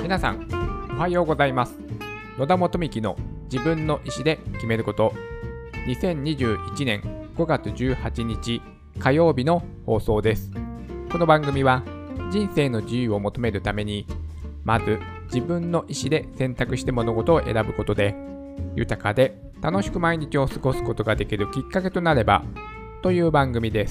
皆さんおはようございます。野田元幹の自分の意思で決めること、2021年5月18日火曜日の放送です。この番組は人生の自由を求めるために、まず自分の意思で選択して物事を選ぶことで、豊かで楽しく毎日を過ごすことができるきっかけとなればという番組です。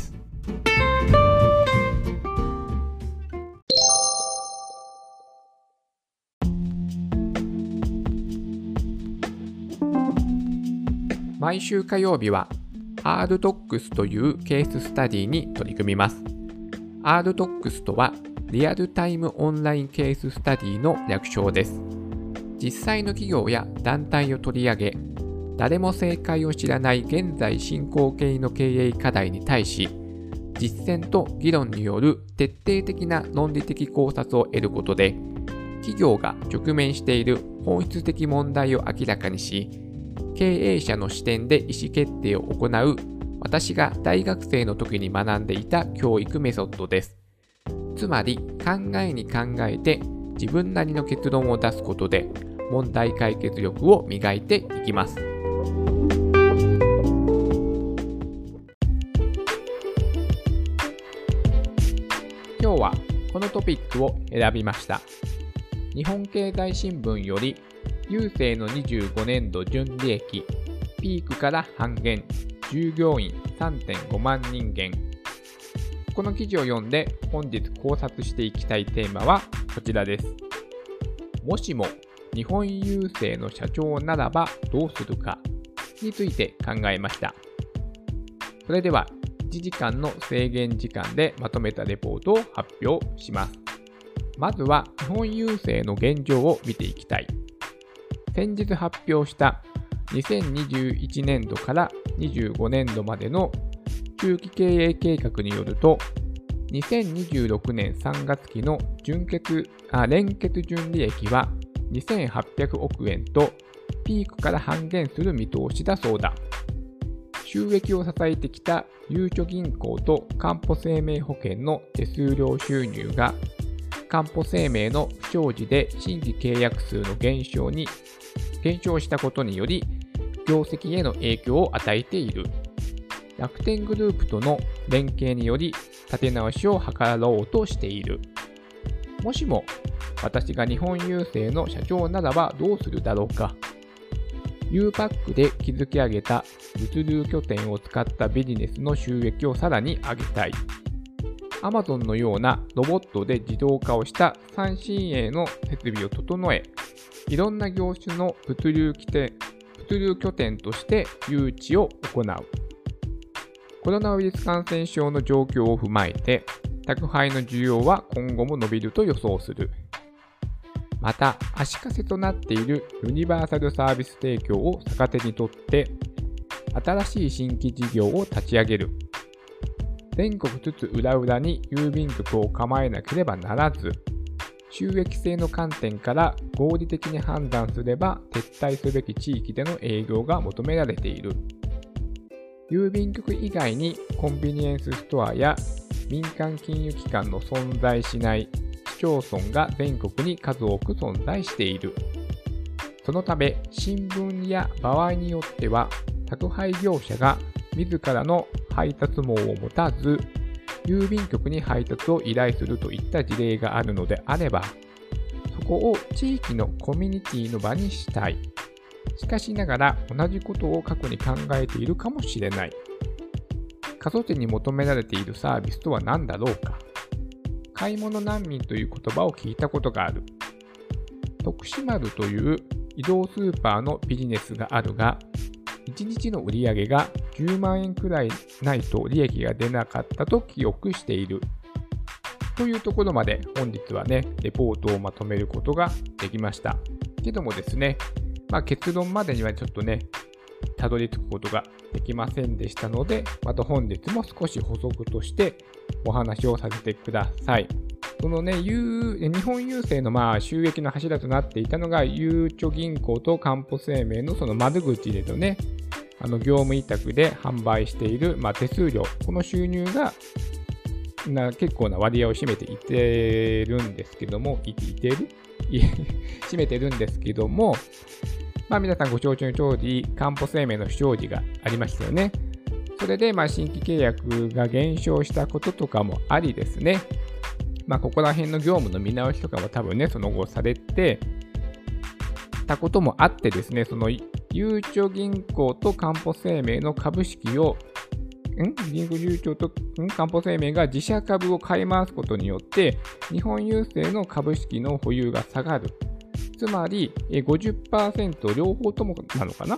毎週火曜日は RTOX というケーススタディに取り組みます。RTOX とはリアルタイムオンラインケーススタディの略称です。実際の企業や団体を取り上げ、誰も正解を知らない現在進行形の経営課題に対し、実践と議論による徹底的な論理的考察を得ることで、企業が直面している本質的問題を明らかにし、経営者の視点で意思決定を行う、私が大学生の時に学んでいた教育メソッドです。つまり、考えに考えて自分なりの結論を出すことで、問題解決力を磨いていきます。今日はこのトピックを選びました。日本経済新聞より、郵政の25年度純利益、ピークから半減、従業員 3.5 万人減。この記事を読んで本日考察していきたいテーマはこちらです。もしも日本郵政の社長ならばどうするかについて考えました。それでは1時間の制限時間でまとめたレポートを発表します。まずは日本郵政の現状を見ていきたい。先日発表した2021年度から25年度までの中期経営計画によると、2026年3月期の連結純利益は2800億円とピークから半減する見通しだそうだ。収益を支えてきたゆうちょ銀行とかんぽ生命保険の手数料収入がかんぽ生命の不祥事で新規契約数の減少したことにより業績への影響を与えている。楽天グループとの連携により立て直しを図ろうとしている。もしも私が日本郵政の社長ならばどうするだろうか。U パックで築き上げた物流拠点を使ったビジネスの収益をさらに上げたい。Amazon のようなロボットで自動化をした最新鋭の設備を整え、いろんな業種の物流拠点として誘致を行う。コロナウイルス感染症の状況を踏まえて、宅配の需要は今後も伸びると予想する。また、足かせとなっているユニバーサルサービス提供を逆手にとって、新しい新規事業を立ち上げる。全国津々浦々に郵便局を構えなければならず、収益性の観点から合理的に判断すれば撤退すべき地域での営業が求められている。郵便局以外にコンビニエンスストアや民間金融機関の存在しない市町村が全国に数多く存在している。そのため新聞や場合によっては宅配業者が自らの配達網を持たず郵便局に配達を依頼するといった事例があるのであれば、そこを地域のコミュニティの場にしたい。しかしながら同じことを過去に考えているかもしれない。過疎地に求められているサービスとは何だろうか。買い物難民という言葉を聞いたことがある。徳島丸という移動スーパーのビジネスがあるが、1日の売り上げが10万円くらいないと利益が出なかったと記憶している。というところまで本日はね、レポートをまとめることができました。けどもですね、結論までにはちょっとね、たどり着くことができませんでしたので、また本日も少し補足としてお話をさせてください。そのね、日本郵政の収益の柱となっていたのが、ゆうちょ銀行とかんぽ生命のその窓口でのね、業務委託で販売している、手数料、この収入が結構な割合を占めていてるんですけども、いてる占めてるんですけども、皆さんご承知の通り、かんぽ生命の不祥事がありましたよね。それで、新規契約が減少したこととかもありですね、ここら辺の業務の見直しとかも多分ね、その後されてたこともあってですね、そのゆうちょ銀行とかんぽ生命の株式を、銀行ゆうちょとかんぽ生命が自社株を買い回すことによって、日本郵政の株式の保有が下がる。つまり、50% 両方ともなのかな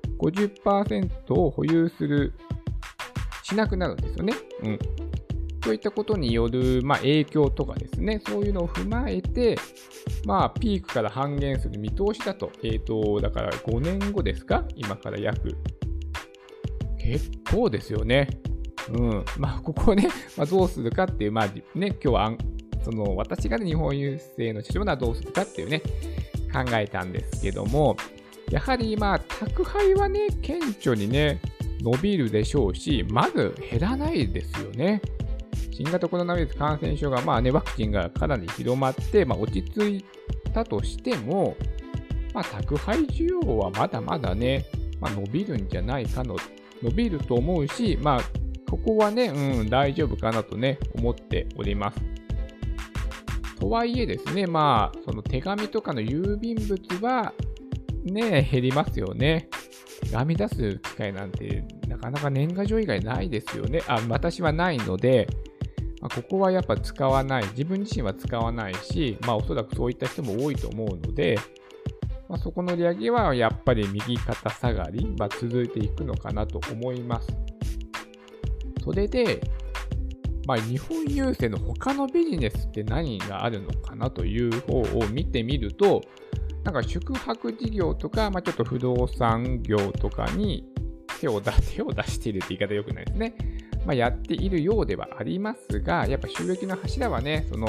?50% を保有しなくなるんですよね。そういったことによる、影響とかですね、そういうのを踏まえて、ピークから半減する見通しだと、だから5年後ですか、今から約。結構ですよね。ここをね、どうするかっていう、今日は私がね、日本郵政の社長ならどうするかっていうね、考えたんですけども、やはり宅配はね、顕著にね、伸びるでしょうし、まず減らないですよね。新型コロナウイルス感染症が、ワクチンがかなり広まって、落ち着いたとしても、宅配需要はまだまだね、伸びるんじゃないかの、伸びると思うし、ここはね、大丈夫かなとね、思っております。とはいえですね、その手紙とかの郵便物は、ね、減りますよね。手紙出す機会なんて、なかなか年賀状以外ないですよね。私はないので、ここはやっぱ使わない。自分自身は使わないし、おそらくそういった人も多いと思うので、そこの利上げはやっぱり右肩下がり、続いていくのかなと思います。それで、日本郵政の他のビジネスって何があるのかなという方を見てみると、宿泊事業とか、ちょっと不動産業とかに手を出しているって言い方良くないですね。やっているようではありますが、やっぱ収益の柱はね、日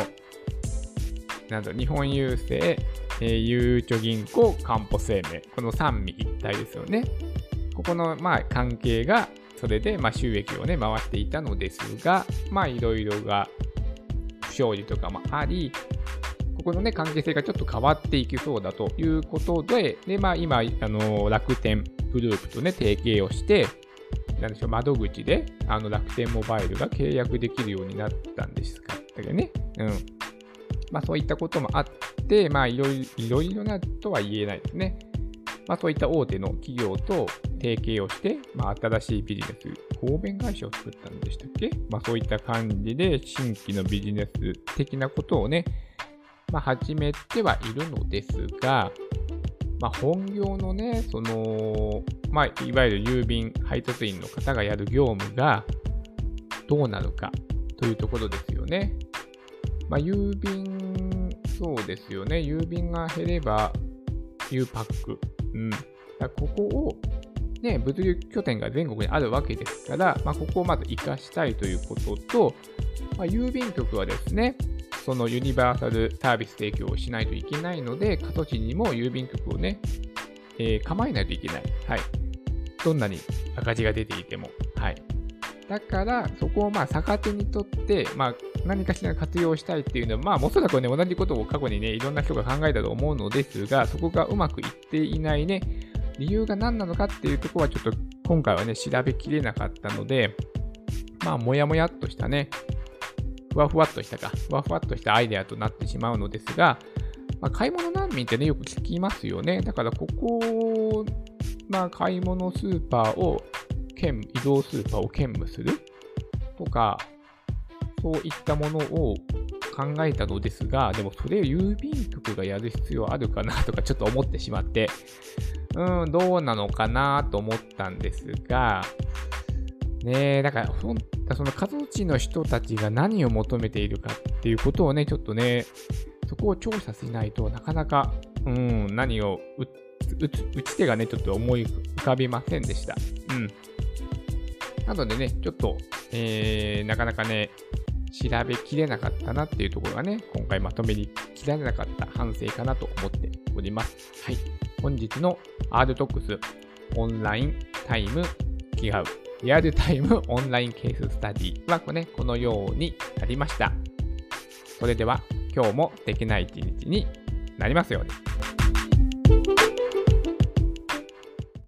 本郵政、ゆうちょ銀行、かんぽ生命、この三位一体ですよね。ここの関係が、それで収益をね、回していたのですが、いろいろが不祥事とかもあり、ここのね、関係性がちょっと変わっていきそうだということで、今、楽天グループとね、提携をして、窓口で楽天モバイルが契約できるようになったんですかってね。そういったこともあって、いろいろなとは言えないですね。そういった大手の企業と提携をして、新しいビジネス、合弁会社を作ったんでしたっけ？そういった感じで新規のビジネス的なことをね、始めてはいるのですが、本業のね、いわゆる郵便配達員の方がやる業務がどうなるかというところですよね。郵便、そうですよね。郵便が減れば、Uパック。ここを、ね、物流拠点が全国にあるわけですから、ここをまず活かしたいということと、郵便局はですね、そのユニバーサルサービス提供をしないといけないので、過疎地にも郵便局をね、構えないといけない。どんなに赤字が出ていても。だから、そこを逆手にとって、何かしら活用したいっていうのは、おそらくね、同じことを過去にね、いろんな人が考えたと思うのですが、そこがうまくいっていないね、理由が何なのかっていうところはちょっと今回はね、調べきれなかったので、もやもやっとしたね、ふわふわっとしたアイデアとなってしまうのですが、買い物難民ってね、よく聞きますよね。だからここ、買い物スーパーを移動スーパーを兼務するとか、そういったものを考えたのですが、でもそれを郵便局がやる必要あるかなとかちょっと思ってしまって、どうなのかなと思ったんですが、だからその過疎地の人たちが何を求めているかっていうことをね、ちょっとね、そこを調査しないとなかなか、何を打ち手がね、ちょっと思い浮かびませんでした。なのでね、ちょっと、なかなかね、調べきれなかったなっていうところがね、今回まとめにきられなかった反省かなと思っております。本日の RTOX オンラインタイムリアルタイムオンラインケーススタディはこのようになりました。それでは今日も素敵な一日になりますように。